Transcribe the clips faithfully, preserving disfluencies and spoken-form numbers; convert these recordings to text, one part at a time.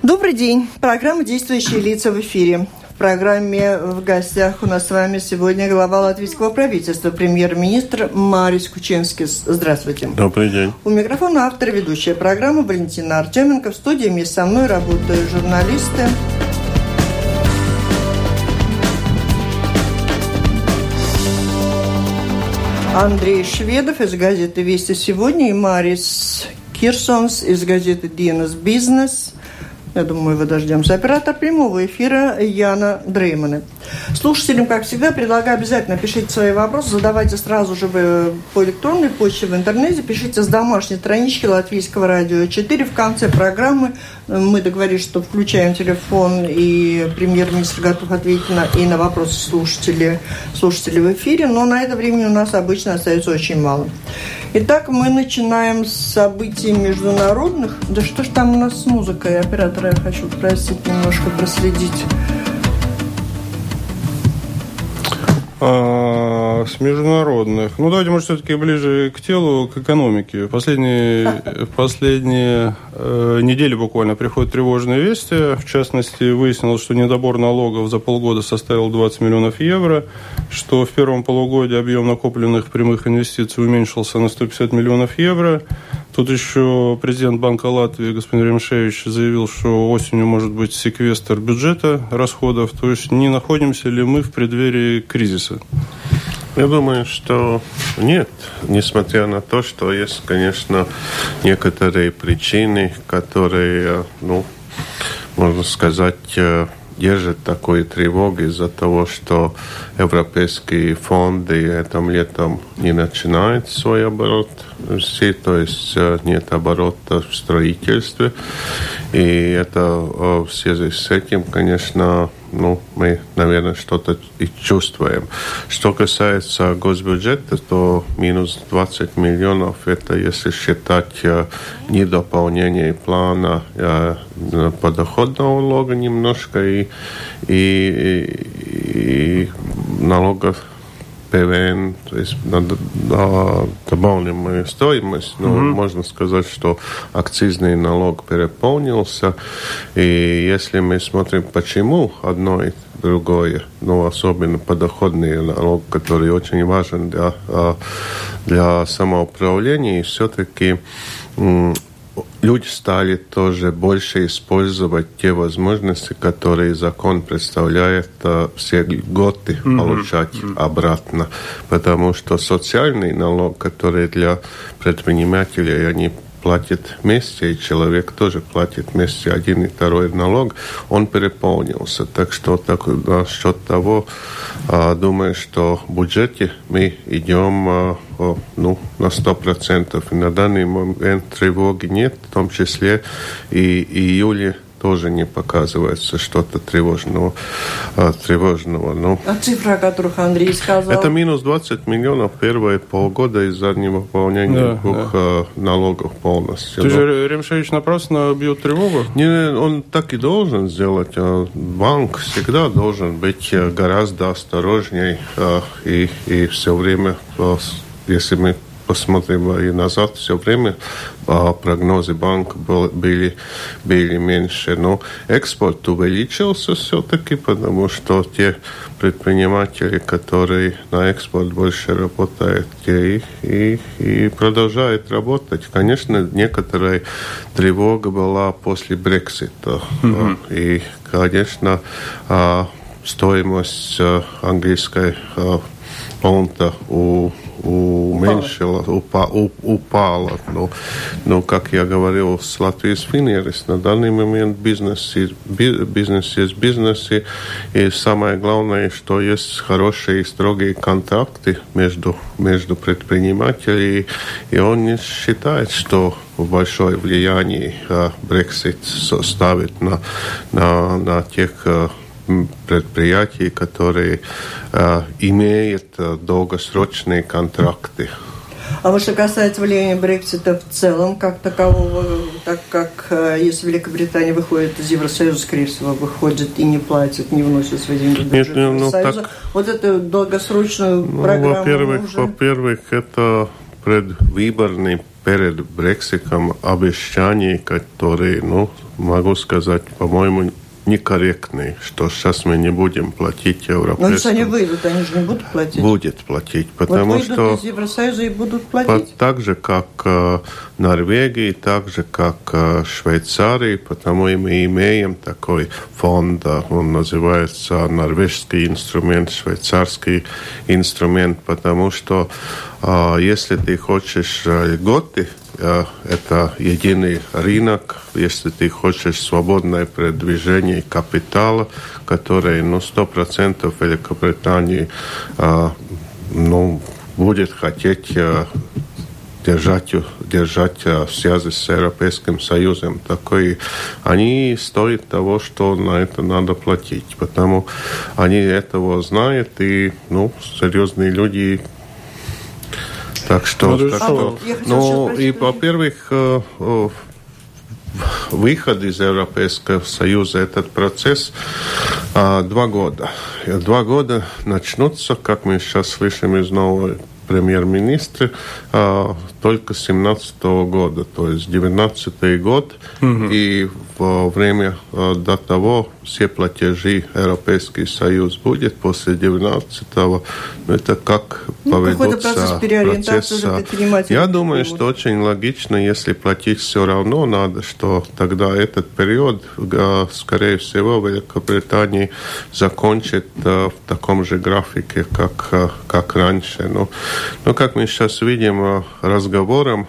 Добрый день. Программа «Действующие лица» в эфире. В программе в гостях у нас с вами сегодня глава латвийского правительства, премьер-министр Марис Кучинскис. Здравствуйте. Добрый день. У микрофона автор и ведущая программы Валентина Артеменко. В студии вместе со мной работают журналисты. Андрей Шведов из газеты «Вести сегодня» и Марис Кирсонс из газеты «Dienas Business». Я думаю, мы дождемся. Оператор прямого эфира Яна Дреймане. Слушателям, как всегда, предлагаю обязательно пишите свои вопросы, задавайте сразу же по электронной почте в интернете, пишите с домашней странички Латвийского радио четыре. В конце программы мы договорились, что включаем телефон, и премьер-министр готов ответить на, и на вопросы слушателей, слушателей в эфире, но на это времени у нас обычно остается очень мало. Итак, мы начинаем с событий международных. Да что ж там у нас с музыкой, оператора, я хочу просить немножко проследить. А, с международных. Ну, давайте, может, все-таки ближе к телу, к экономике. Последние, последние э, недели буквально приходят тревожные вести. В частности, выяснилось, что недобор налогов за полгода составил двадцать миллионов евро, что в первом полугодии объем накопленных прямых инвестиций уменьшился на сто пятьдесят миллионов евро. Тут еще президент Банка Латвии господин Ремшевич заявил, что осенью может быть секвестр бюджета расходов. То есть не находимся ли мы в преддверии кризиса? Я думаю, что нет. Несмотря на то, что есть, конечно, некоторые причины, которые, ну, можно сказать, держит такой тревоги из-за того, что европейские фонды этим летом не начинают свой оборот, все, то есть нет оборота в строительстве. И это в связи с этим, конечно, ну, мы, наверное, что-то и чувствуем. Что касается госбюджета, то минус двадцать миллионов, это если считать недополнение плана подоходного налога немножко и, и, и налогов ПВН, то есть на, на добавленную стоимость. Но mm-hmm. можно сказать, что акцизный налог переполнился. И если мы смотрим, почему одно и другое, ну, особенно подоходный налог, который очень важен для, для самоуправления, и все-таки люди стали тоже больше использовать те возможности, которые закон представляет, все льготы mm-hmm. получать mm-hmm. обратно. Потому что социальный налог, который для предпринимателей, они платят вместе, и человек тоже платит вместе один и второй налог, он переполнился. Так что так, насчет того, думаю, что в бюджете мы идем ну, на сто процентов. И на данный момент тревоги нет, в том числе и июля тоже не показывается что-то тревожного. тревожного. Ну, а цифра, о которых Андрей сказал? Это минус двадцать миллионов первые полгода из-за невыполнения да, двух да. налогов полностью. Ты же, Ремшевич, напрасно бьет тревогу? Не, он так и должен сделать. Банк всегда должен быть гораздо осторожнее и, и все время, если мы посмотрим и назад, все время а, прогнозы банка был, были, были меньше. Но экспорт увеличился все-таки, потому что те предприниматели, которые на экспорт больше работают, те и, и, и продолжают работать. Конечно, некоторая тревога была после Брексита. Mm-hmm. И, конечно, а, стоимость а, английской а, фунта у уменьшила, упала, упала. Но, но, как я говорил с Латвийс Финерис, на данный момент бизнес, бизнес есть бизнес, и самое главное, что есть хорошие и строгие контакты между, между предпринимателями, и он не считает, что большое влияние Брексит ставит на, на, на тех предприятий, которые э, имеют э, долгосрочные контракты. А вот что касается влияния Брексита в целом, как такового, так как э, если Великобритания выходит из Евросоюза, скорее всего, выходит и не платит, не вносит свои деньги в бюджет ну, Евросоюза, так, вот эту долгосрочную ну, программу во-первых, уже... во-первых, это предвыборный перед Брекситом обещаний, которые, ну, могу сказать, по-моему, некорректный, что сейчас мы не будем платить европейским. Но если они выйдут, они же не будут платить. Будет платить, потому вот выйдут что... из Евросоюза и будут платить. Так же, как э, Норвегии, так же, как э, Швейцарии, потому и мы имеем такой фонд, он называется норвежский инструмент, швейцарский инструмент, потому что э, если ты хочешь льготы, это единый рынок, если ты хочешь свободное передвижение капитала, которое, ну, сто процентов Великобритании, э, ну, будет хотеть э, держать, держать э, связи с Европейским Союзом. Такой, они стоят того, что на это надо платить, потому они этого знают, и, ну, серьезные люди. Так что, ну, так а что ну, и, во-первых, выход из Европейского Союза, этот процесс а, два года. И два года начнутся, как мы сейчас слышим из нового премьер-министра, а, только с семнадцатого года, то есть девятнадцатый год, угу. И во время а, до того все платежи Европейский Союз будет после девятнадцатого. Ну, это как ну, поведутся процесс переориентации процесс. Я думаю, что очень логично, если платить все равно надо, что тогда этот период, скорее всего, Великобритания закончит в таком же графике, как, как раньше. Но, но как мы сейчас видим, разговором,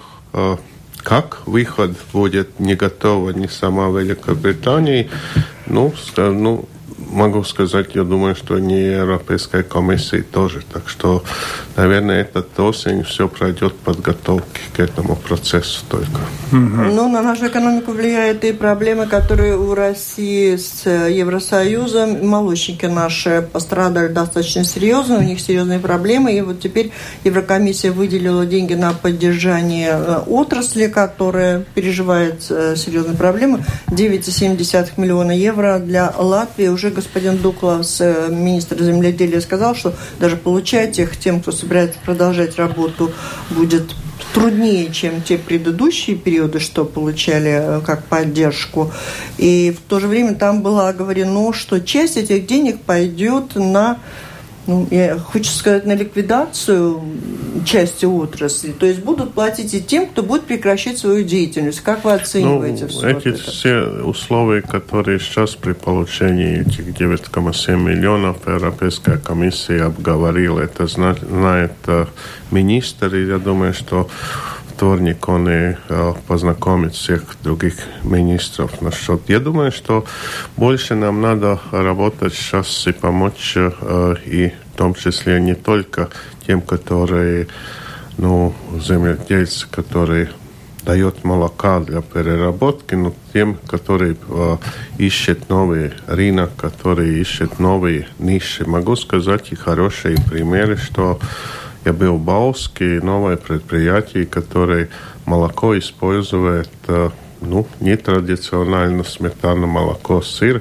как выход будет не готова ни сама Великобритания, ну, ну, могу сказать, я думаю, что не Европейская комиссия тоже. Так что, наверное, этот осень все пройдет подготовки к этому процессу только. Mm-hmm. Ну, на нашу экономику влияют и проблемы, которые у России с Евросоюзом. Молочники наши пострадали достаточно серьезно, у них серьезные проблемы. И вот теперь Еврокомиссия выделила деньги на поддержание отрасли, которая переживает серьезные проблемы. девять целых семь десятых миллиона евро для Латвии. Уже господин Дуклас, министр земледелия, сказал, что даже получать их тем, кто собирается продолжать работу, будет труднее, чем те предыдущие периоды, что получали как поддержку. И в то же время там было оговорено, что часть этих денег пойдет на, ну, я хочу сказать, на ликвидацию части отрасли. То есть будут платить и тем, кто будет прекращать свою деятельность. Как вы оцениваете ну, все эти это? все условия, которые сейчас при получении этих девять целых семь миллионов Европейская комиссия обговорила, это знает министр, и я думаю, что вторник он и э, познакомит всех других министров насчет. Я думаю, что больше нам надо работать сейчас и помочь, э, и в том числе не только тем, которые, ну, земледельцы, которые дают молока для переработки, но тем, которые э, ищут новый рынок, которые ищут новые ниши. Могу сказать и хорошие примеры, что я был в Бауске, новое предприятие, которое молоко использует, ну, не традиционально сметана, молоко, сыр,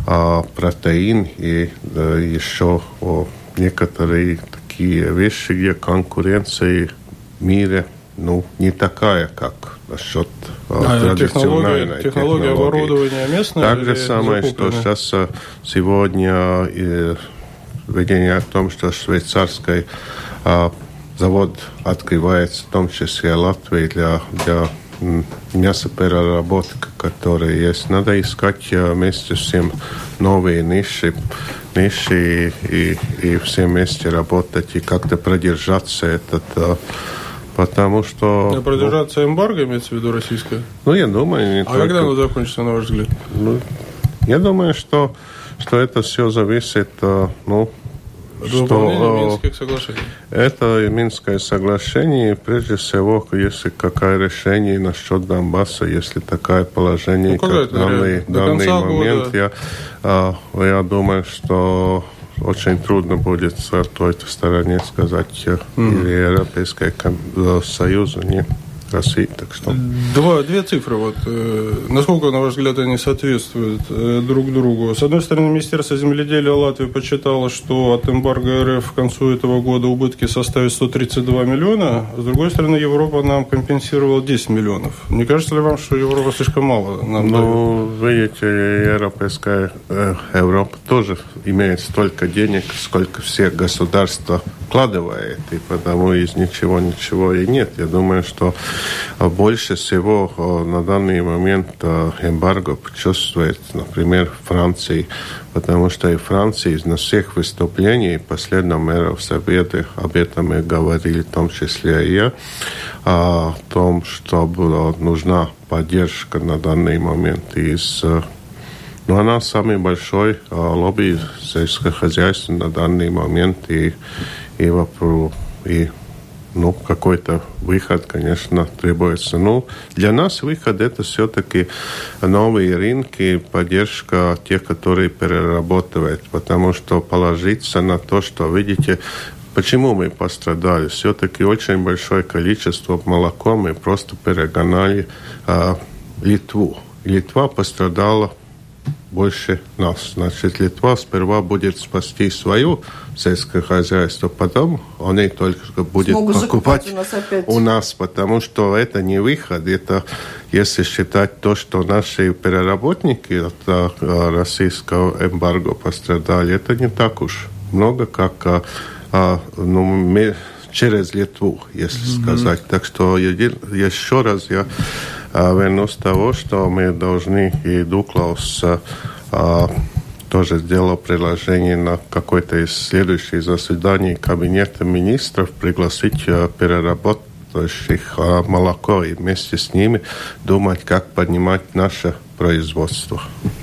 а протеин и да, еще о, некоторые такие вещи, где конкуренция в мире, ну, не такая, как насчет а, традиционной технология, технология оборудования местная. Так же самое, что сейчас сегодня и, видение о том, что швейцарской а, завод открывается, в том числе Латвии, для, для мясопереработки, которые есть. Надо искать вместе всем новые ниши, ниши и, и все вместе работать, и как-то продержаться этот, потому что... Да, продержаться ну, эмбарго, имеется в виду российское? Ну, я думаю... Не а только... когда оно закончится, на ваш взгляд? Ну, я думаю, что, что это все зависит, ну, Выполнение Минских соглашений. Это Минское соглашение, прежде всего, если какое решение насчет Донбасса, если такое положение, ну, как в данный, данный момент, я, я думаю, что очень трудно будет с той стороны сказать, mm. или Европейскому Союзу, нет. России. Так что... Два, две цифры. Вот, э, насколько, на ваш взгляд, они соответствуют э, друг другу? С одной стороны, Министерство земледелия Латвии подсчитало, что от эмбарго РФ к концу этого года убытки составят сто тридцать два миллиона. С другой стороны, Европа нам компенсировала десять миллионов. Не кажется ли вам, что Европа слишком мало нам Ну, дает? Видите, Европейская э, Европа тоже имеет столько денег, сколько все государства вкладывает, и потому из ничего ничего и нет. Я думаю, что больше всего на данный момент эмбарго чувствует, например, Франция, потому что и Франция на всех выступлениях последнем Евросовете об этом и говорили, в том числе и я, о том, что была нужна поддержка на данный момент из... Ну, она самый большой лобби сельского хозяйства на данный момент, и, и, вопрос, и ну, какой-то выход, конечно, требуется. Ну, для нас выход – это все-таки новые рынки, поддержка тех, которые перерабатывают, потому что положиться на то, что, видите, почему мы пострадали? Все-таки очень большое количество молока мы просто перегнали а, Литву. Литва пострадала больше нас. Значит, Литва сперва будет спасти свое сельское хозяйство, потом они только будут Смогут покупать у нас, у нас, потому что это не выход. Это, если считать то, что наши переработники от российского эмбарго пострадали, это не так уж много, как а, ну, мы, через Литву, если mm-hmm. сказать. Так что еще раз я вернусь к тому, что мы должны, и Дуклаус а, тоже сделал предложение на какое-то из следующих заседаний Кабинета министров пригласить а, переработающих а, молоко и вместе с ними думать, как поднимать наше производство.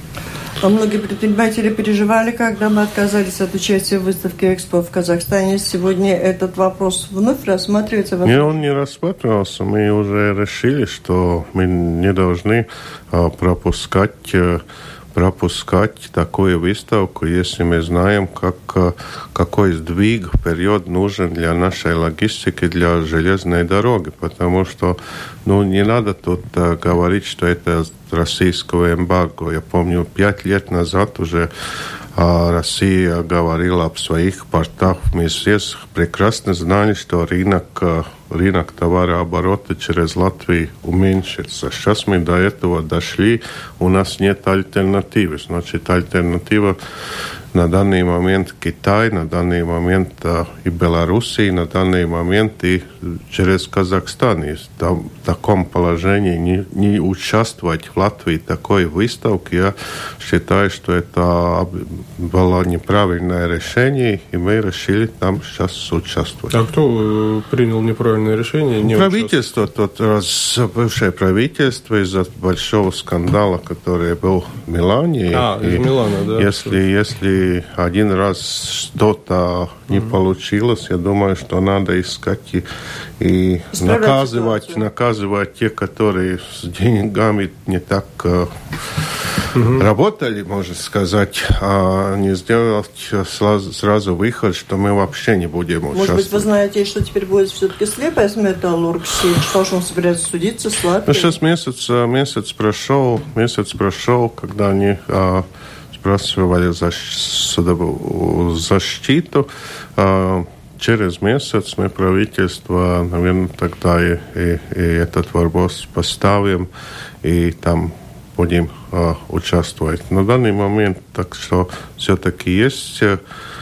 А многие предприниматели переживали, когда мы отказались от участия в выставке «Экспо» в Казахстане. Сегодня этот вопрос вновь рассматривается? Нет, он не рассматривался. Мы уже решили, что мы не должны а, пропускать, а, пропускать такую выставку, если мы знаем, как, какой сдвиг вперед нужен для нашей логистики, для железной дороги. Потому что ну, не надо тут а, говорить, что это российского эмбарго. Я помню, пять лет назад уже а, Россия говорила об своих портах. Мы все прекрасно знали, что рынок, рынок товарооборота через Латвию уменьшится. Сейчас мы до этого дошли, у нас нет альтернативы. Значит, альтернатива на данный момент Китай, на данный момент а, и Белоруссия, на данный момент и через Казахстан. И там, в таком положении не, не участвовать в Латвии такой выставке, я считаю, что это было неправильное решение, и мы решили там сейчас участвовать. А кто принял неправильное решение? Не правительство, тот раз, бывшее правительство из-за большого скандала, который был в Милане. А, из Милана, да. Если, если один раз что-то не mm-hmm. получилось, я думаю, что надо искать и, и наказывать, ситуацию. наказывать тех, которые с деньгами не так mm-hmm. работали, можно сказать, а не сделать сразу, сразу выход, что мы вообще не будем участвовать. Может быть, вы знаете, что теперь будет все-таки слепая с Металлургсией? Что же он собирается судиться с Латвией? Ну, сейчас месяц, месяц прошел, месяц прошел, когда они а, спрашивали за судовую защиту. А, через месяц мы правительство, наверное, тогда и, и, и этот вопрос поставим, и там будем а, участвовать. На данный момент, так что все-таки есть, а,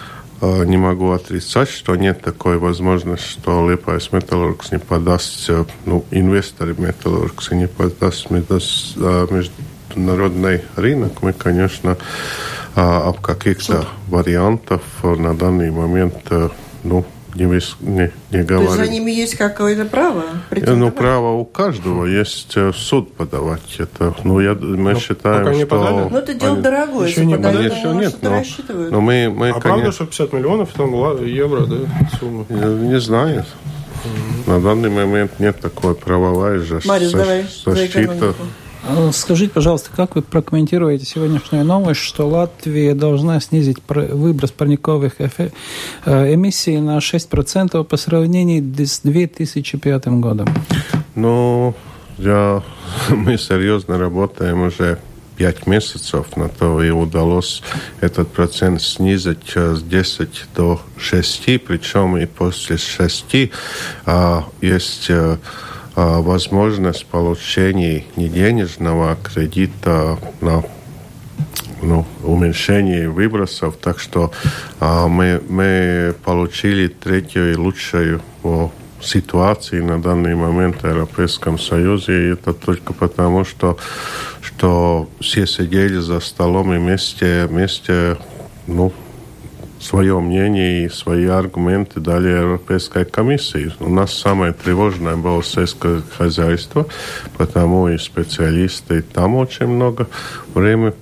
не могу отрицать, что нет такой возможности, что Liepājas Metallurgs не подаст, ну, инвесторы Metallurgs не подаст а, международный рынок. Мы, конечно, а, об каких-то вариантах на данный момент, а, ну, Не, не, не То есть за ними есть какое-то право? Ну, право у каждого есть в суд подавать это. Ну, я, мы но считаем, пока не что... подали. Ну, это дело они... дорогое. Еще не подали, еще они нет, но, но мы... мы а конечно... правда, что пятьдесят миллионов там евро, да, сумма? Я не знаю. Mm-hmm. На данный момент нет такой правовой защиты. Марис, давай за экономику. Скажите, пожалуйста, как вы прокомментируете сегодняшнюю новость, что Латвия должна снизить выброс парниковых эмиссий на шесть процентов по сравнению с две тысячи пятым годом? Ну, я, мы серьезно работаем уже пять месяцев на то, и удалось этот процент снизить с десяти до шести, причем и после шести а, есть а, возможность получения неденежного кредита на ну, уменьшение выбросов. Так что а, мы, мы получили третью лучшую о, ситуацию на данный момент в Европейском Союзе. И это только потому, что, что все сидели за столом и вместе, вместе ну, свое мнение и свои аргументы дали Европейской комиссии. У нас самое тревожное было сельское хозяйство, потому и специалисты там очень много времени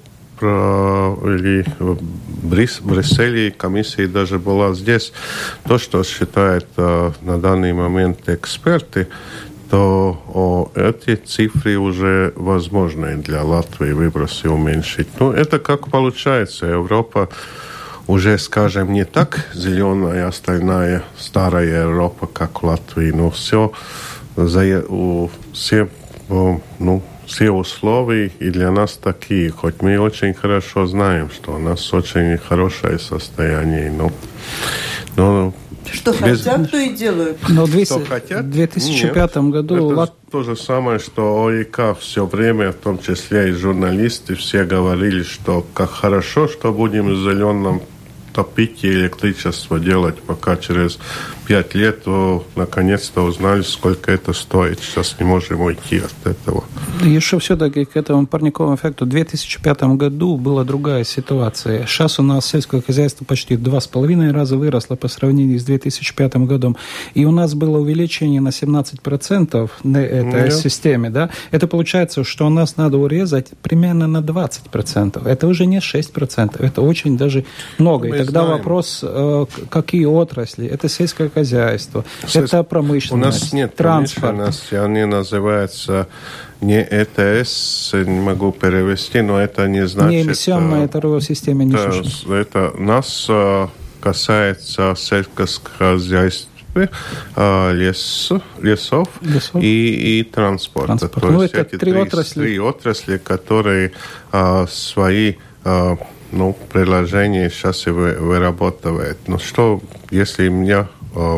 или в Брюсселе, комиссия даже была здесь. То, что считают э, на данный момент эксперты, то о, эти цифры уже возможны для Латвии выбросы уменьшить. Ну, это как получается. Европа уже, скажем, не так зеленая, остальная старая Европа, как в Латвии. Но все, за, у, все ну, все условия и для нас такие. Хоть мы очень хорошо знаем, что у нас очень хорошее состояние. Но, но что без... хотят, то и делают. Но в две тысячи пятом году... Это Лат... то же самое, что ОИК все время, в том числе и журналисты, все говорили, что как хорошо, что будем в зеленом топить и электричество делать, пока через пять лет то, наконец-то узнали, сколько это стоит. Сейчас не можем уйти от этого. Еще все-таки к этому парниковому эффекту в две тысячи пятом году была другая ситуация. Сейчас у нас сельское хозяйство почти в два с половиной раза выросло по сравнению с две тысячи пятым годом. И у нас было увеличение на семнадцать процентов на этой mm-hmm. системе. Да? Это получается, что у нас надо урезать примерно на двадцать процентов. Это уже не шесть процентов. Это очень даже много. Мы и тогда знаем. Вопрос, какие отрасли? Это сельское хозяйство, Сельск... это промышленность, у нас нет транспорт. Промышленности, они называются не Э Т С, не могу перевести, но это не значит... Не эмиссионная торговая система, не да, это нас касается сельскохозяйства, лес, лесов, лесов. И, и транспорта. Транспорт. То ну, есть это эти три три отрасли. три отрасли, которые а, свои... А, ну, приложение сейчас и вырабатывает. Но что, если меня э,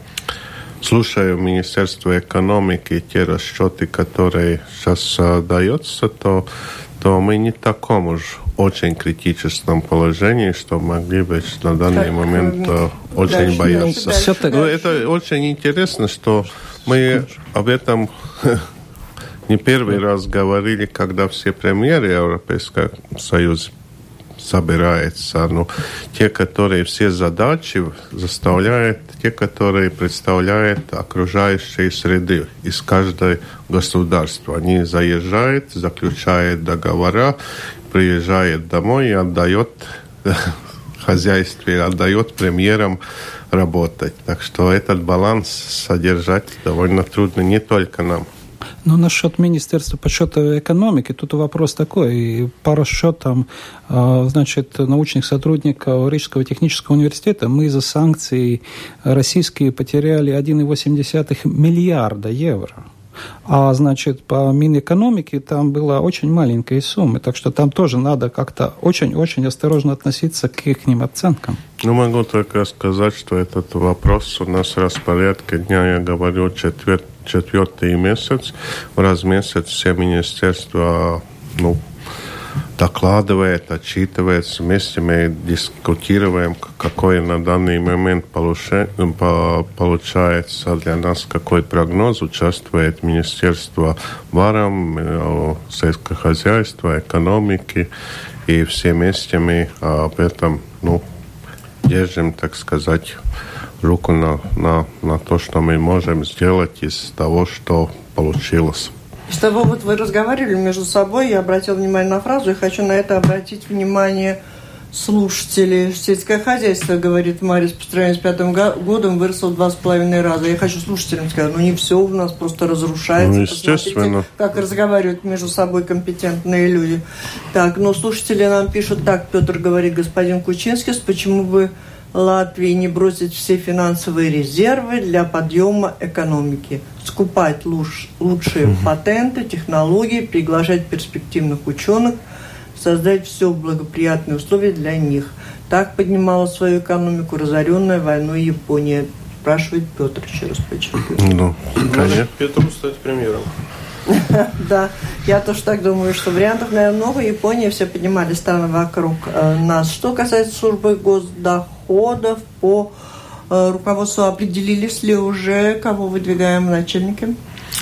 слушаю Министерство экономики, те расчеты, которые сейчас э, даются, то, то мы не в таком уж очень критическом положении, что могли бы на данный как, момент э, очень бояться. Но это очень интересно, что мы об этом не первый раз говорили, когда все премьеры Европейского Союза собирается. Но те, которые все задачи заставляют, те, которые представляют окружающие среды из каждого государства. Они заезжают, заключают договора, приезжают домой и отдают хозяйстве, отдает премьерам работать. Так что этот баланс содержать довольно трудно не только нам. Ну, насчет Министерства подсчета экономики, тут вопрос такой. По расчетам, значит, научных сотрудников Рижского технического университета мы из-за санкций российские потеряли один целых восемь десятых миллиарда евро. А, значит, по Минэкономике там была очень маленькая сумма, так что там тоже надо как-то очень-очень осторожно относиться к их оценкам. Ну, могу только сказать, что этот вопрос у нас в распорядке дня, я говорю, четвер... четвертый месяц. Раз в месяц все министерства, ну, докладывает, отчитывается. Вместе мы дискутируем, какой на данный момент получается для нас, какой прогноз. Участвует Министерство ВАРом, сельского хозяйства, экономики. И все вместе мы об этом, ну, держим, так сказать, руку на, на, на то, что мы можем сделать из того, что получилось. С того, вот вы разговаривали между собой, я обратила внимание на фразу, и хочу на это обратить внимание слушателей. Сельское хозяйство, говорит Марис, по сравнению с пятым годом выросло в два с половиной раза. Я хочу слушателям сказать, ну не все у нас просто разрушается. Ну, естественно. Посмотрите, как разговаривают между собой компетентные люди. Так, ну слушатели нам пишут так, Петр говорит, господин Кучинский, почему вы Латвии не бросить все финансовые резервы для подъема экономики, скупать луч, лучшие mm-hmm. патенты, технологии, приглашать перспективных ученых, создать все благоприятные условия для них. Так поднимала свою экономику разоренная войной Япония. Спрашивает Петр, еще раз подчеркиваю. Ну, конечно. Петру стать премьером. Да, я тоже так думаю, что вариантов, наверное, много. Япония, все поднимали страны вокруг нас. Что касается службы госдоходов, по руководству определились ли уже, кого выдвигаем начальником?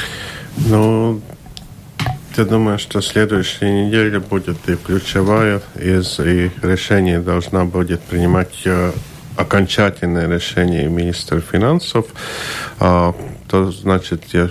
Ну, я думаю, что следующая неделя будет и ключевая, из, и решение должна будет принимать окончательное решение министра финансов. А, то значит, я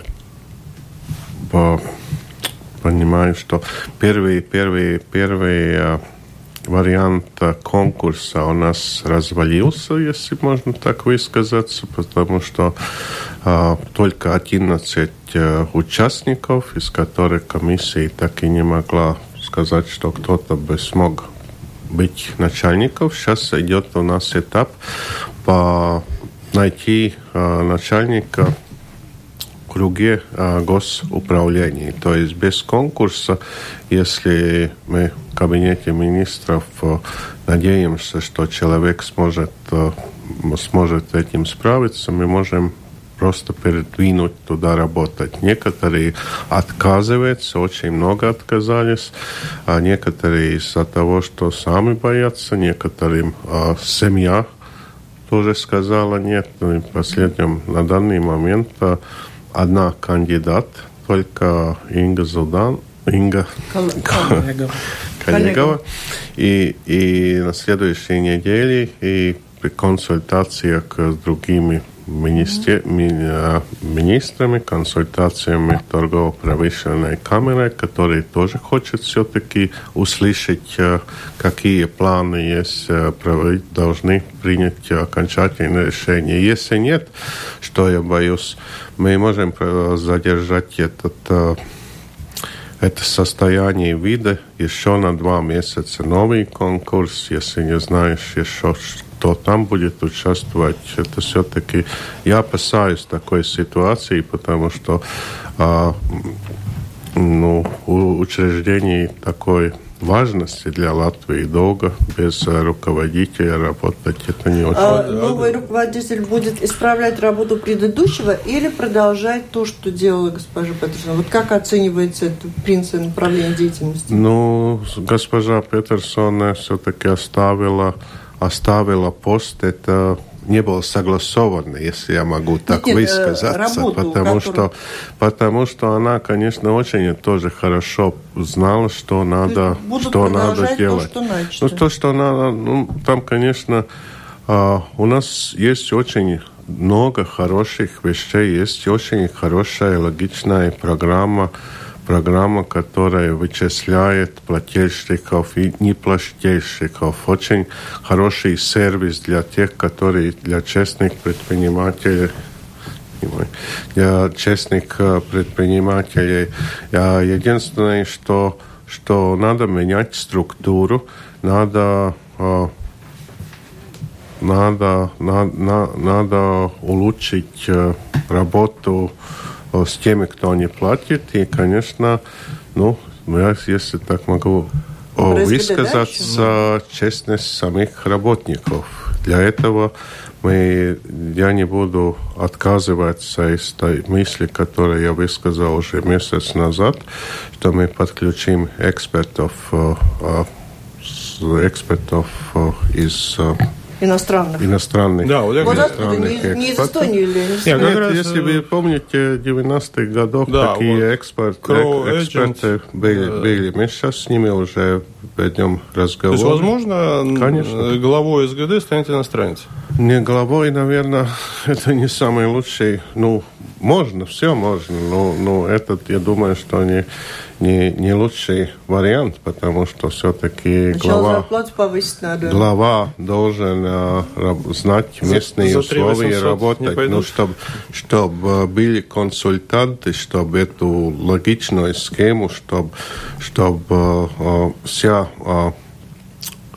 по, понимаю, что первый, первый, первый а, вариант а, конкурса у нас развалился, если можно так высказаться, потому что а, только одиннадцать а, участников, из которых комиссия так и не могла сказать, что кто-то бы смог быть начальником. Сейчас идет у нас этап по найти а, начальника в круге а, госуправления. То есть без конкурса, если мы в кабинете министров а, надеемся, что человек сможет, а, сможет этим справиться, мы можем просто передвинуть туда работать. Некоторые отказываются, очень много отказались, а некоторые из-за того, что сами боятся, некоторым а, семья тоже сказала нет. Ну, и в последнем, на данный момент а, одна кандидат, только Инга Зудан, Инга Коллегова. И, и на следующей неделе и при консультациях с другими Министер, ми, министрами, консультациями торгово-промышленной камеры, которые тоже хотят все-таки услышать, какие планы есть, должны принять окончательное решение. Если нет, что я боюсь, мы можем задержать этот, это состояние вида еще на два месяца. Новый конкурс, если не знаешь еще, кто там будет участвовать, это все-таки я опасаюсь такой ситуации, потому что а, ну, у учреждений такой важности для Латвии долго без руководителя работать это не очень. А новый руководитель будет исправлять работу предыдущего или продолжать то, что делала госпожа Петерсон? Вот как оценивается это принцип направления деятельности? Ну, госпожа Петерсон все-таки оставила оставила пост, это не было согласовано, если я могу так нет, высказаться, работу, потому, которую... что, потому что она, конечно, очень тоже хорошо знала, что надо, что надо делать. То, что ну, то, что надо, ну, там, конечно, uh, у нас есть очень много хороших вещей, есть очень хорошая логичная программа, программа, которая вычисляет плательщиков и неплательщиков. Очень хороший сервис для тех, которые для честных предпринимателей, для честных предпринимателей. Единственное, что, что надо менять структуру, надо, надо, надо, надо улучшить работу с теми, кто не платит. И, конечно, ну, я, если так могу высказаться, честность самих работников. Для этого мы, я не буду отказываться из той мысли, которую я высказал уже месяц назад, что мы подключим экспертов, экспертов из Иностранных. Иностранных. Да, вот, вот иностранных не, не из Эстонии или не из Нет, Нет раз, если вы помните, в девяностых годах да, такие вот эксперт, эксперты были, да. были. Мы сейчас с ними уже ведем разговор. То есть, возможно, конечно, главой СГД станет иностранец? Не главой, наверное, это не самый лучший. Ну, можно, все можно, но, но этот, я думаю, что не, не, не лучший вариант, потому что все-таки глава, глава должен а, знать местные за, за условия и работать. Ну, чтобы чтоб были консультанты, чтобы эту логичную схему, чтобы чтоб, а, вся... А,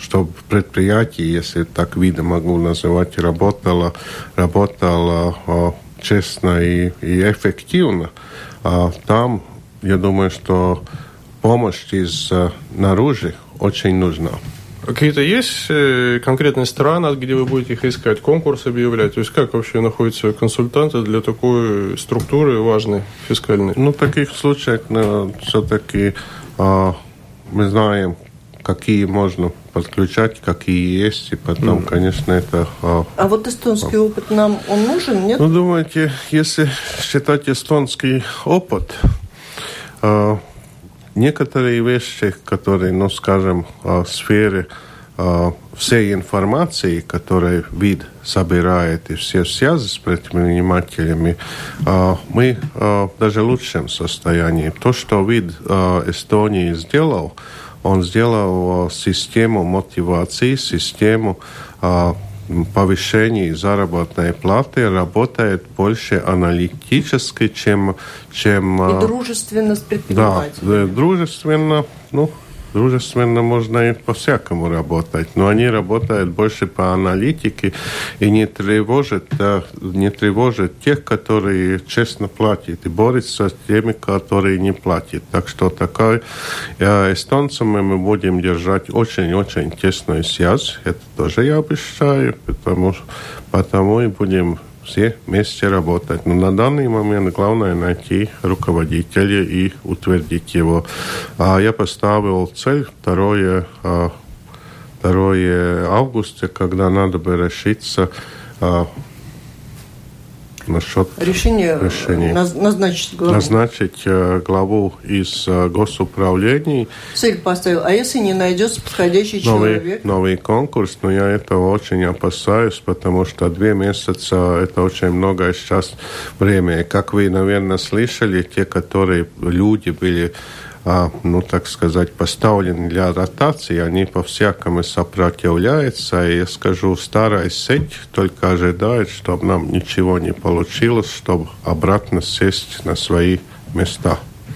чтобы предприятие, если так видно могу называть, работало, работало честно и, и эффективно. А там, я думаю, что помощь из наружи очень нужна. Какие-то есть конкретные страны, где вы будете их искать, конкурс объявлять? То есть как вообще находятся консультанты для такой структуры важной, фискальной? Ну, в таких случаях ну, все-таки а, мы знаем, какие можно подключать, какие есть, и потом, mm. конечно, это... А, а вот эстонский а, опыт нам, он нужен, нет? Ну, думаете, если считать эстонский опыт, а, некоторые вещи, которые, ну, скажем, в сфере а, всей информации, которую ВИД собирает, и все связи с предпринимателями, а, мы а, даже в лучшем состоянии. То, что ВИД а, Эстонии сделал, он сделал систему мотивации, систему а, повышения заработной платы, работает больше аналитически, чем... чем и дружественно с предпринимателями. Да, дружественно, ну... Дружественно можно и по-всякому работать, но они работают больше по аналитике и не тревожат, не тревожат тех, которые честно платят, и борются с теми, которые не платят. Так что такая эстонцами мы будем держать очень-очень тесную связь. Это тоже я обещаю, потому, потому и будем все вместе работать. Но на данный момент главное найти руководителя и утвердить его. А я поставил цель второе августа, когда надо бы решиться а, насчет решение решения. назначить главу. Назначить э, главу из э, госуправлений. Цель поставил. А если не найдется подходящий новый, человек? Новый конкурс, но я этого очень опасаюсь, потому что две месяца это очень много сейчас время. И как вы, наверное, слышали, те, которые люди были А, ну, так сказать, поставлены для ротации, они по-всякому сопротивляются. И я скажу, старая сеть только ожидает, чтобы нам ничего не получилось, чтобы обратно сесть на свои места.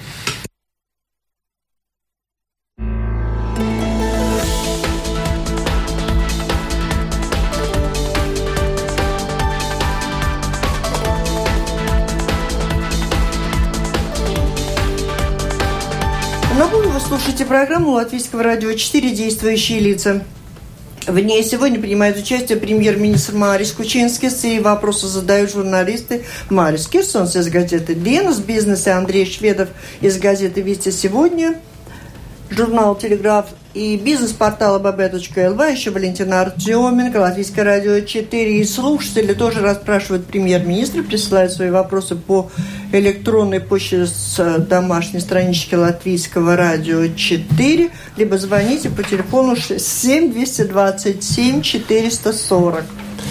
Напомню, вы слушаете программу Латвийского радио четыре «Действующие лица». В ней сегодня принимает участие премьер-министр Марис Кучинскис, и вопросы задают журналисты Марис Кирсонс из газеты «Dienas Business» и Андрей Шведов из газеты «Вести сегодня», журнал «Телеграф» и бизнес-портал эй би би точка эл ви, еще Валентина Артеменко, Латвийское радио четыре. И слушатели тоже расспрашивают премьер-министра, присылают свои вопросы по электронной почте с домашней странички Латвийского радио четыре, либо звоните по телефону семь двести двадцать семь четыреста сорок.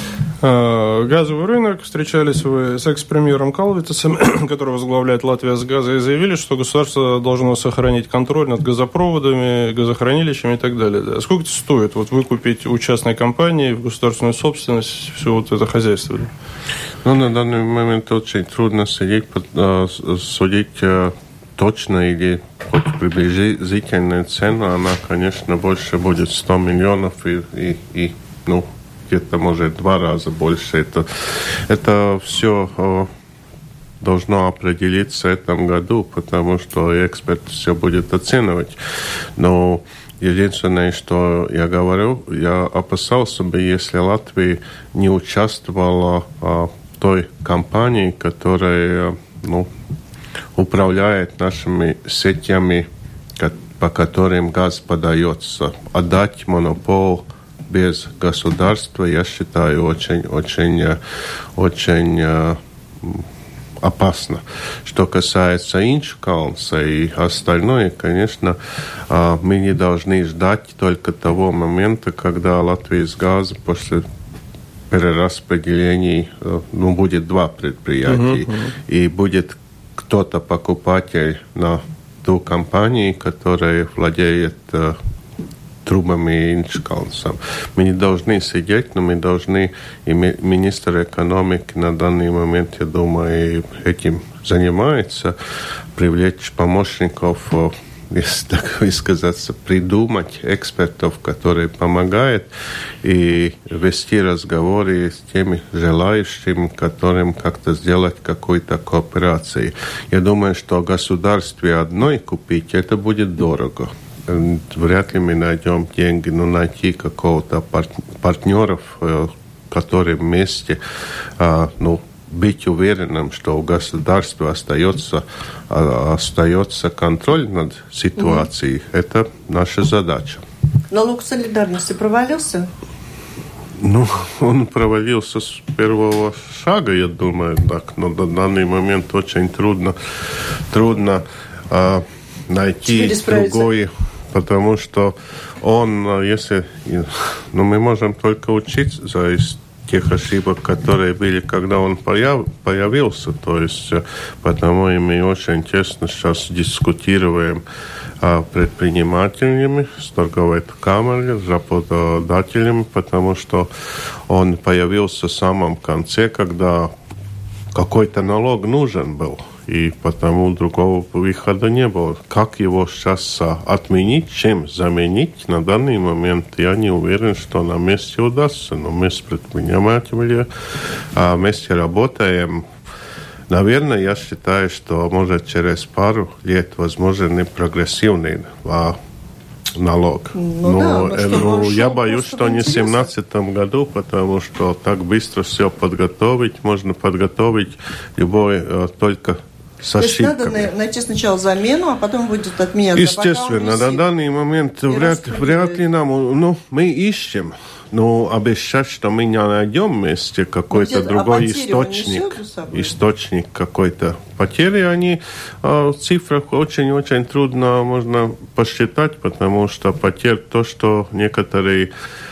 Газовый рынок. Встречались вы с экс-премьером Калвитесом, который возглавляет Латвия с газа, и заявили, что государство должно сохранить контроль над газопроводами, газохранилищами и так далее. Сколько это стоит вот, выкупить у частной компании в государственную собственность все вот это хозяйство? Ну, на данный момент очень трудно судить, судить точно или хоть приблизительную цену. Она, конечно, больше будет сто миллионов и, и, и ну, где-то, может, два раза больше. Это, это все о, должно определиться в этом году, потому что эксперт все будет оценивать. Но единственное, что я говорю, я опасался бы, если Латвия не участвовала в той компании, которая ну, управляет нашими сетями, по которым газ подается. Отдать монопол без государства, я считаю, очень-очень очень опасно. Что касается Инчкалнса и остальное, конечно, мы не должны ждать только того момента, когда Латвия с газом после перераспределений, ну, будет два предприятия, uh-huh. и будет кто-то покупатель на ту компанию, которая владеет трубами Инчкалнсом. Мы не должны сидеть, но мы должны, и министр экономики на данный момент, я думаю, этим занимается, привлечь помощников если так высказаться, придумать экспертов, которые помогают, и вести разговоры с теми желающими, которым как-то сделать какую-то кооперацию. Я думаю, что государстве одной купить, это будет дорого. Вряд ли мы найдем деньги, но найти какого-то пар- партнеров, которые вместе, ну, быть уверенным, что у государства остается, остается контроль над ситуацией, mm-hmm. это наша задача. Налог солидарности провалился? Ну, он провалился с первого шага, я думаю, так, но на данный момент очень трудно, трудно а, найти другой, потому что он, если, ну, мы можем только учиться из тех ошибок, которые были, когда он появ, появился. То есть, потому и мы очень тесно сейчас дискутируем а, предпринимателями, с торговой камерой, с работодателями, потому что он появился в самом конце, когда какой-то налог нужен был. И потому другого выхода не было. Как его сейчас отменить, чем заменить, на данный момент я не уверен, что на месте удастся. Но мы с предпринимателями а вместе работаем. Наверное, я считаю, что может через пару лет возможен и прогрессивный а, налог. Ну, но да, ну, я боюсь, что не в две тысячи семнадцатом году, потому что так быстро все подготовить. Можно подготовить любой только с ошибками. То есть надо найти сначала замену, а потом будет отменяться. Естественно, на данный момент вряд, вряд ли нам... Ну, мы ищем, но обещать, что мы не найдем вместе какой-то Где, другой а источник, источник какой-то потери, они а, в цифрах очень-очень трудно можно посчитать, потому что потерь то, что некоторые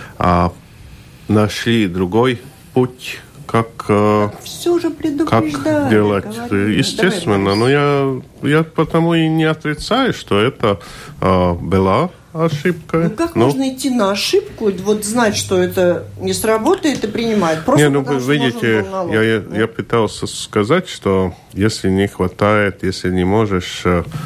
а, нашли другой путь, как, все же как делать. Говорили. Естественно, но я, я потому и не отрицаю, что это а, была ошибка. Ну как но... можно идти на ошибку, вот знать, что это не сработает и принимать? Просто не, ну, потому, вы видите, налог, я, да? я пытался сказать, что если не хватает, если не можешь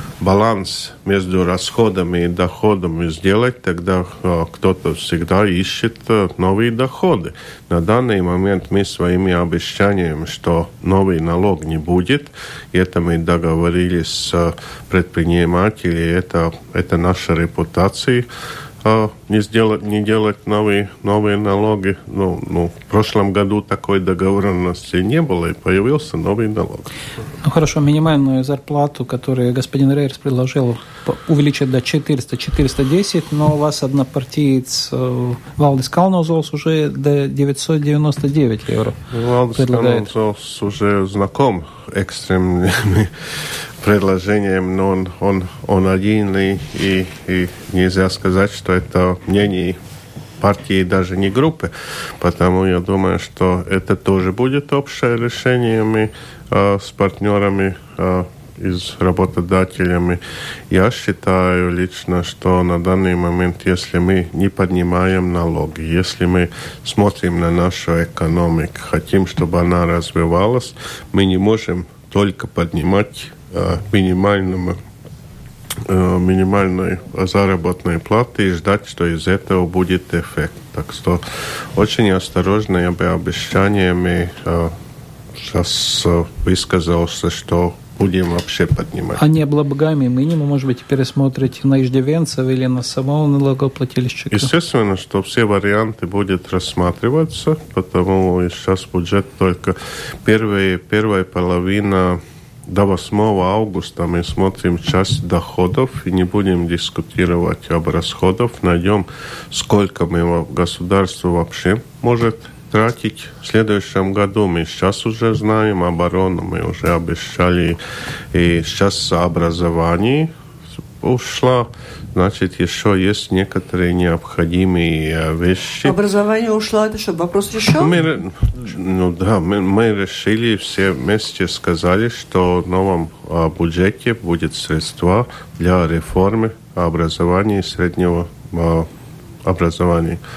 баланс между расходами и доходами сделать, тогда кто-то всегда ищет новые доходы. На данный момент мы своими обещаниями, что новый налог не будет, и это мы договорились с предпринимателями, это, это наша репутация, не, сделать, не делать новые, новые налоги. Ну, ну, в прошлом году такой договоренности не было, и появился новый налог. Ну хорошо, минимальную зарплату, которую господин Рейерс предложил, увеличить до четыреста - четыреста десять, но у вас однопартиец Валдис Калнозолс уже до девятьсот девяносто девять евро Валдис предлагает. Калнозолс уже знаком экстремными предложением, но он, он, он один, и, и, и нельзя сказать, что это мнение партии, даже не группы. Потому я думаю, что это тоже будет общее решение мы, э, с партнерами э, и с работодателями. Я считаю лично, что на данный момент, если мы не поднимаем налоги, если мы смотрим на нашу экономику, хотим, чтобы она развивалась, мы не можем только поднимать минимальному, минимальной заработной платы и ждать, что из этого будет эффект. Так что очень осторожно об обещаниями сейчас высказался, что будем вообще поднимать. А не облагаемый минимум, может быть, пересмотрите на иждивенцев или на самого налогоплательщика? Естественно, что все варианты будут рассматриваться, потому сейчас бюджет только первая, первая половина. До восьмого августа мы смотрим часть доходов и не будем дискутировать об расходах. Найдем, сколько мы государство вообще может тратить в следующем году. Мы сейчас уже знаем оборону, мы уже обещали. И сейчас образование ушло. Значит, еще есть некоторые необходимые вещи. Образование ушло, это что, вопрос решен? Мы, ну да, мы, мы решили, все вместе сказали, что в новом а, бюджете будет средства для реформы образования и среднего а, образования.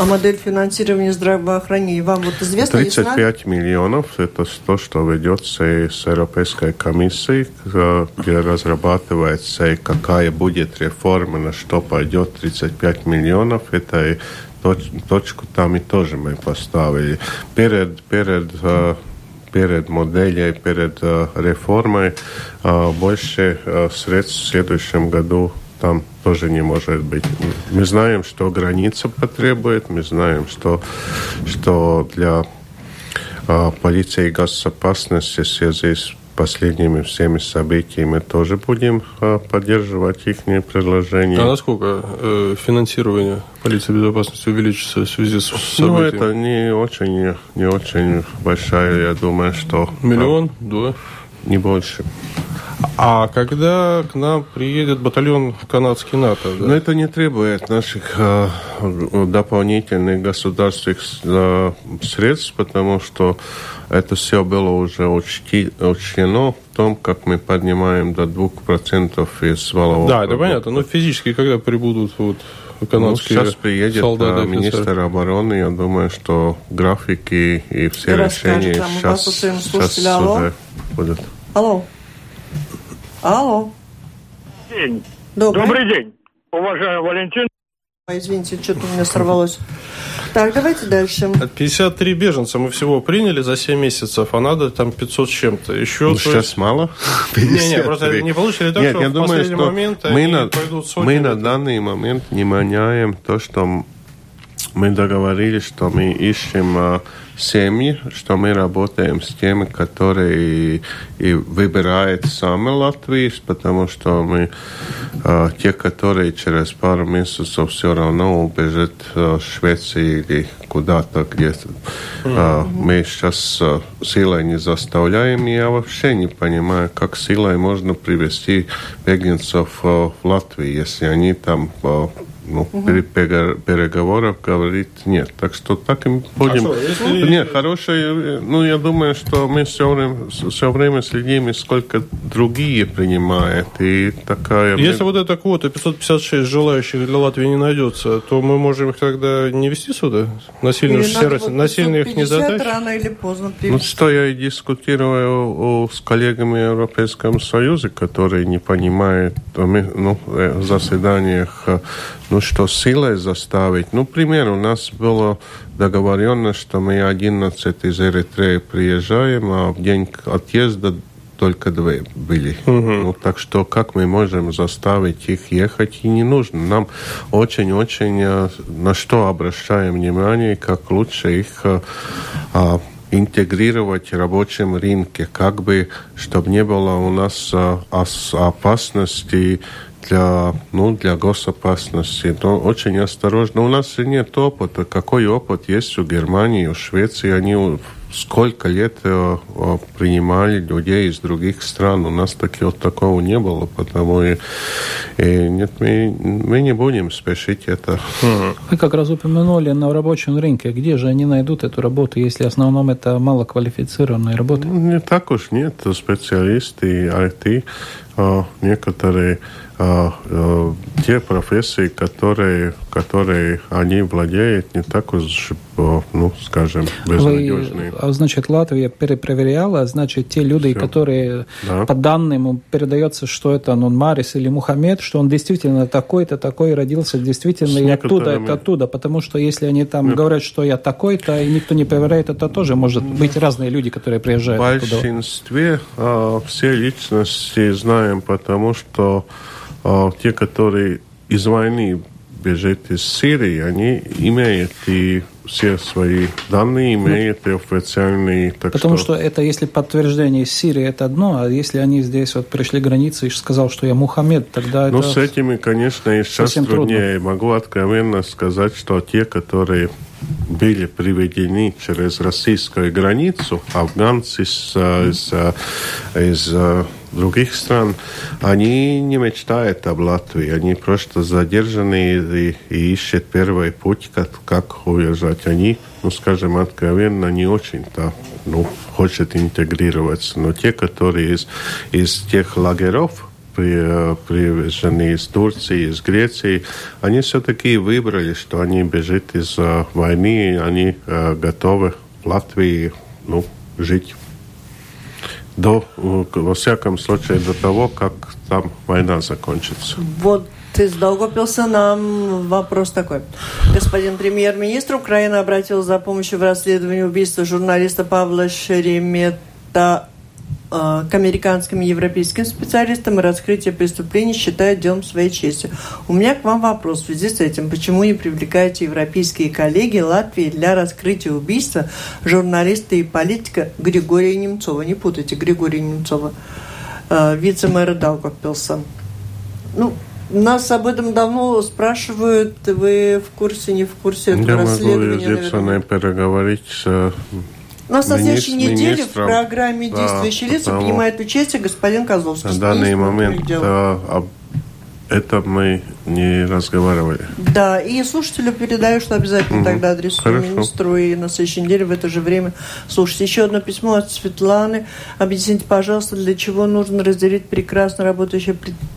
А модель финансирования здравоохранения вам вот известна? тридцать пять миллионов – это то, что ведется с Европейской комиссией, где разрабатывается, какая будет реформа, на что пойдет тридцать пять миллионов. Это точку там и тоже мы поставили. Перед, перед, перед моделью, перед реформой больше средств в следующем году там тоже не может быть. Мы знаем, что граница потребует, мы знаем, что, что для э, полиции и госбезопасности в связи с последними всеми событиями мы тоже будем э, поддерживать их предложения. А насколько э, финансирование полиции и безопасности увеличится в связи с событиями? Ну, это не очень, не очень большая, я думаю, что... Миллион? Э, два? Не больше. А когда к нам приедет батальон канадский НАТО? Да? Но это не требует наших э, дополнительных государственных э, средств, потому что это все было уже учти, учтено в том, как мы поднимаем до двух процентов из валового Да, продукта. это понятно. Но физически, когда прибудут вот канадские ну, сейчас приедет солдаты, министр обороны, я думаю, что графики и все и решения сейчас, сейчас уже будут. Алло. Алло. День. Добрый. Добрый день, уважаемый Валентин. Извините, что-то у меня сорвалось. Так, давайте дальше. пятьдесят три беженца мы всего приняли за семь месяцев, а надо там пятьсот с чем-то. Еще Ну, сейчас есть... мало? Не-не, просто не получили так, Нет, что я в думаю, последний что момент мы они на, пойдут сотни. Мы на данный момент не меняем то, что мы договорились, что мы ищем а, семьи, что мы работаем с теми, которые и выбирают сами Латвию, потому что мы а, те, которые через пару месяцев все равно убежат а, в Швецию или куда-то, где mm-hmm. а, мы сейчас а, силой не заставляем. Я вообще не понимаю, как силой можно привести беженцев а, в Латвию, если они там... А, Ну, угу. переговоров говорит нет. Так что так и будем. А что, если... Нет, хорошее. Ну, я думаю, что мы все время, все время следим, сколько другие принимают. И такая... Если вот эта квота пятьсот пятьдесят шесть желающих для Латвии не найдется, то мы можем их тогда не вести сюда? Насильно, вот насильно их не задать? Рано или поздно привести. Ну, что я и дискутирую с коллегами в Европейском Союзе, которые не понимают ну, в заседаниях, ну, что силой заставить. Ну, пример, у нас было договорено, что мы одиннадцать из Эритреи приезжаем, а в день отъезда только две были. Uh-huh. Ну, так что как мы можем заставить их ехать? И не нужно. Нам очень-очень на что обращаем внимание, как лучше их а, интегрировать в рабочем рынке, как бы, чтобы не было у нас а, опасности для, ну, для госопасности. Но очень осторожно. У нас нет опыта. Какой опыт есть у Германии, у Швеции? Они сколько лет э, принимали людей из других стран. У нас таки, вот такого не было. Потому и, и нет, мы, мы не будем спешить это. Вы как раз упомянули на рабочем рынке. Где же они найдут эту работу, если в основном это малоквалифицированная работа? Ну, не так уж нет. Специалисты ай ти, э, некоторые А, а, те профессии, которые, которые они владеют, не так уж, ну, скажем, безнадежные. Вы, значит, Латвия перепроверяла, значит, те люди, Все. которые да. по данным передается, что это ну, Марис или Мухаммед, что он действительно такой-то, такой родился, действительно, и оттуда, это оттуда. Потому что если они там Нет. говорят, что я такой-то, и никто не проверяет, это тоже может быть разные люди, которые приезжают оттуда. В большинстве а, все личности знаем, потому что а, те, которые из войны бежит из Сирии, они имеют и все свои данные, имеют и официальные. Так Потому что... что это, если подтверждение из Сирии, это одно, а если они здесь вот пришли к границе и сказал, что я Мухаммед, тогда ну, это... Ну, с этими, конечно, и сейчас труднее. Трудно. Могу откровенно сказать, что те, которые были приведены через российскую границу, афганцы из, из, из других стран, они не мечтают об Латвии, они просто задержаны и, и ищут первый путь, как, как уезжать. Они, ну, скажем откровенно, не очень-то ну, хотят интегрироваться. Но те, которые из, из тех лагерев при, привезены из Турции, из Греции, они все-таки выбрали, что они бежат из войны, и они готовы в Латвии, ну, жить. До, во всяком случае, до того, как там война закончится. Вот из Даугавпилса нам вопрос такой. Господин премьер-министр, Украина обратилась за помощью в расследовании убийства журналиста Павла Шеремета э, к американским и европейским специалистам, и раскрытие преступлений считают делом своей чести. У меня к вам вопрос в связи с этим. Почему не привлекаете европейские коллеги Латвии для раскрытия убийства журналиста и политика Григория Немцова? Не путайте, Григория Немцова, э, вице-мэра Даугавпилса. Ну, нас об этом давно спрашивают. Вы в курсе, не в курсе этого Я расследования? могу единственное переговорить с У нас на следующей неделе министром, в программе «Действующие да, лица» принимает участие господин Козловский. На данный момент да, об этом мы не разговаривали. Да, и слушателю передаю, что обязательно угу. тогда адресую Хорошо. министру, и на следующей неделе в это же время слушайте. Еще одно письмо от Светланы. Объясните, пожалуйста, для чего нужно разделить прекрасно работающее предприятие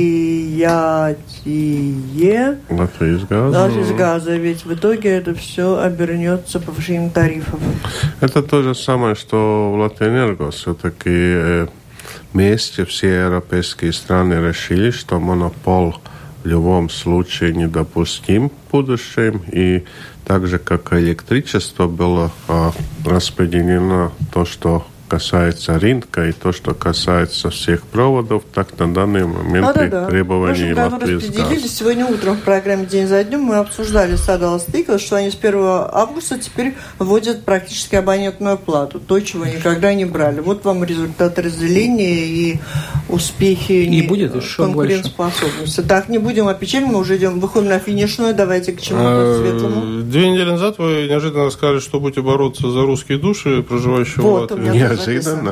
предприятие Латвийсгаза, ведь в итоге это все обернется повышением тарифов. Это то же самое, что в Латвийэнерго. Все-таки э, вместе все европейские страны решили, что монопол в любом случае недопустим в будущем. И так же, как электричество было э, распределено, то, что касается рынка и то, что касается всех проводов, так на данный момент да, да, да. требований Латвийсгаза. Сегодня утром в программе «День за днем» мы обсуждали с Адалас Тиклс, что они с первого августа теперь вводят практически абонентную плату. То, чего никогда не брали. Вот вам результат разделения и успехи и будет еще конкурентоспособности. Так, не будем опечалить, мы уже идем, выходим на финишную. Давайте к чему-то светлому. Две недели назад вы неожиданно сказали, что будете бороться за русские души, проживающие вот, в Латвии. Неожиданно.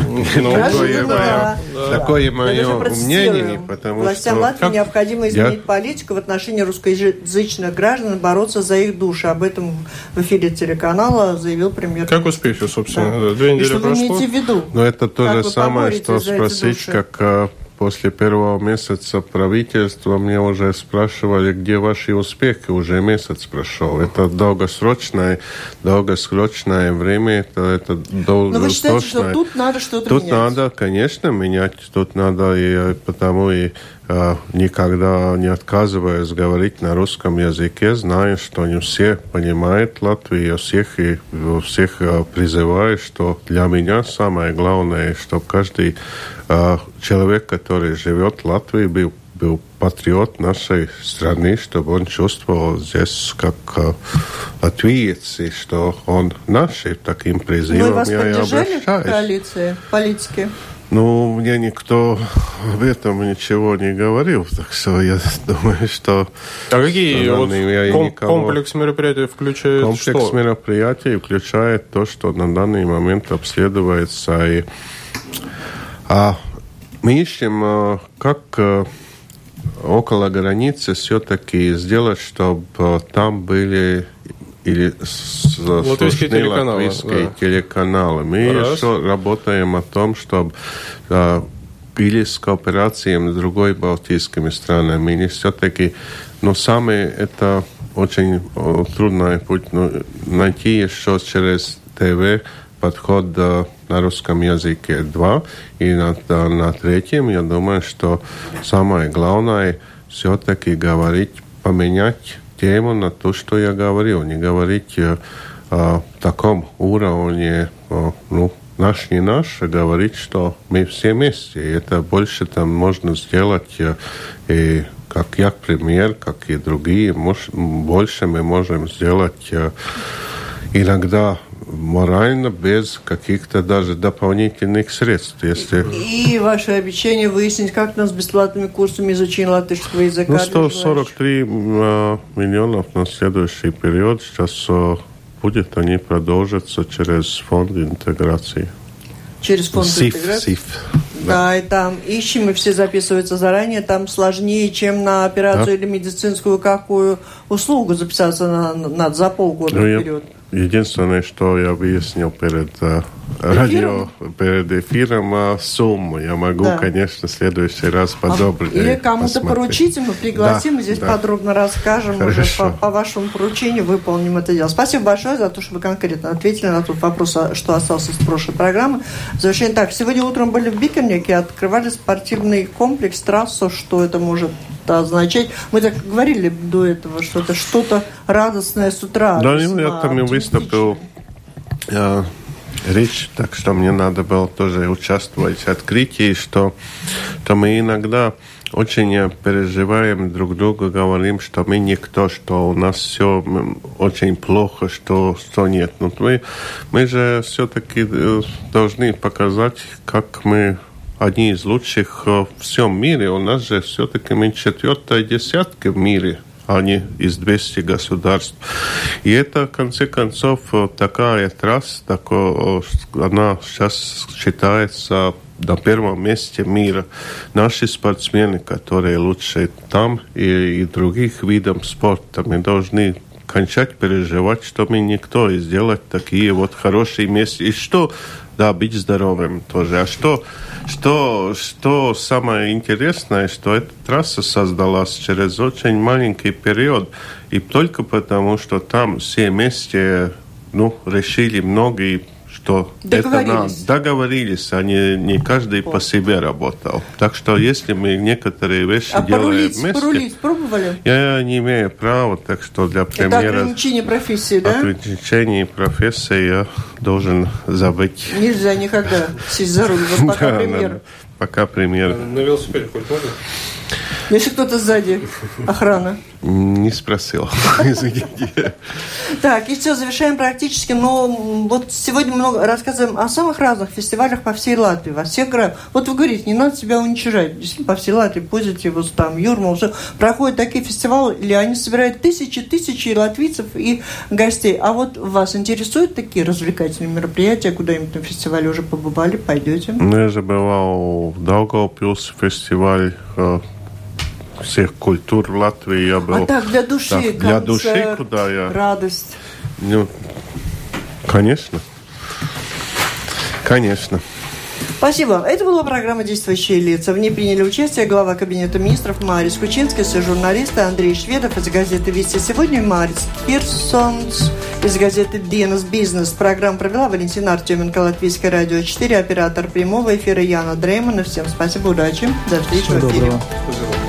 Неожиданно. Такое мое мнение, потому Властям что... Латвии необходимо изменить политику в отношении русскоязычных граждан и бороться за их души. Об этом в эфире телеканала заявил премьер. Как успехи, собственно? Да. Две недели и что прошло. вы имеете в виду? Но это то же самое, что спросить, как... После первого месяца правительства мне уже спрашивали, где ваши успехи. Уже месяц прошел. Это долгосрочное, долгосрочное время. Это, это долгосрочное. Но вы считаете, что тут надо что-то тут менять? Тут надо, конечно, менять. Тут надо, и потому и а, никогда не отказываюсь говорить на русском языке. Знаю, что не все понимают Латвию. Я всех, и, всех а, призываю, что для меня самое главное, чтобы каждый а, человек, который живет в Латвии, был, был патриот нашей страны, чтобы он чувствовал здесь как uh, латвиец, и что он наш, и таким призывом Вы вас я поддержали в коалиции политики? Ну, мне никто об этом ничего не говорил, так что я думаю, что... А какие вот ком- никого... комплекс мероприятий включает комплекс что? Комплекс мероприятий включает то, что на данный момент обследуется и... А мы ищем, как около границы все-таки сделать, чтобы там были или латвийские телеканалы. Латвийские да. телеканалы. Мы Раз. еще работаем о том, чтобы а, или с кооперацией с другой балтийскими странами, или все-таки, но самое это очень трудный путь, но найти еще через ТВ подход а, на русском языке два, и на, на третьем, я думаю, что самое главное все-таки говорить, поменять тему на то, что я говорил, не говорить о, о таком уровне, о, ну, наш не наш, а говорить, что мы все вместе, и это больше там можно сделать, и как я премьер, как и другие, мож, больше мы можем сделать иногда морально, без каких-то даже дополнительных средств. Если... И ваше обещание выяснить, как нас с бесплатными курсами изучения латышского языка. Ну, сто сорок три э, миллионов на следующий период сейчас э, будет, они продолжатся через фонд интеграции. Через фонд СИФ, интеграции? СИФ. Да. да, и там ищем, и все записываются заранее. Там сложнее, чем на операцию да. или медицинскую какую услугу записаться на, надо за полгода ну, вперед. Я, единственное, что я выяснил перед э, радио перед эфиром сумму. Я могу, да. конечно, в следующий раз подробнее Или кому-то поручите, мы пригласим, да, здесь да. подробно расскажем. Уже по, по вашему поручению выполним это дело. Спасибо большое за то, что вы конкретно ответили на тот вопрос, что остался с прошлой программы. В завершение так. Сегодня утром были в Бикернике, открывали спортивный комплекс, трассу. Что это может означать? Мы так говорили до этого, что это что-то радостное с утра. Да, я там и выступил речь, так что мне надо было тоже участвовать в открытии, что, что мы иногда очень переживаем друг друга, говорим, что мы никто, что у нас все очень плохо, что, что нет. Но мы, мы же все-таки должны показать, как мы одни из лучших в всем мире. У нас же все-таки мы четвертая десятка в мире, а не из двухсот государств. И это, в конце концов, такая трасса, такое, она сейчас считается на первом месте мира. Наши спортсмены, которые лучшие там и, и других видов спорта, мы должны кончать переживать, что мы никто, и сделать такие вот хорошие места. И что, да, быть здоровым тоже. А что, что, что самое интересное, что эта трасса создалась через очень маленький период. И только потому, что там все вместе, ну, решили многие, что договорились. Это нам договорились, а не, не каждый вот. По себе работал. Так что если мы некоторые вещи а делаем порулить, вместе... порулить пробовали? Я не имею права, так что для примера... Это ограничение профессии, да? Ограничение профессии я должен забыть. Нельзя никогда сесть за руль. Вот пока да, пример. Да, пока пример. На велосипеде хоть можно? Если кто-то сзади, охрана. Не спросил, извините. Так, и все, завершаем практически. Но вот сегодня много рассказываем о самых разных фестивалях по всей Латвии, во всех городах. Вот вы говорите, не надо себя уничижать. Действительно, по всей Латвии, Позитивус, там, Юрмал, все. Проходят такие фестивали, или они собирают тысячи, тысячи латвийцев и гостей. А вот вас интересуют такие развлекательные мероприятия? Куда-нибудь на фестивале уже побывали, пойдете? Ну, я же бывал в Даугавпилс фестиваль, всех культур в Латвии я был. А так, для души, да, концерт, для души, куда я... радость. Ну, конечно. Конечно. Спасибо. Это была программа «Действующие лица». В ней приняли участие глава Кабинета министров Марис Кучинскис и журналисты Андрей Шведов из газеты «Вести сегодня» и Марис Кирсонс из газеты «Dienas Бизнес». Программу провела Валентина Артеменко, Латвийское радио четыре, оператор прямого эфира Яна Дреймана. Всем спасибо, удачи. До встречи в эфире.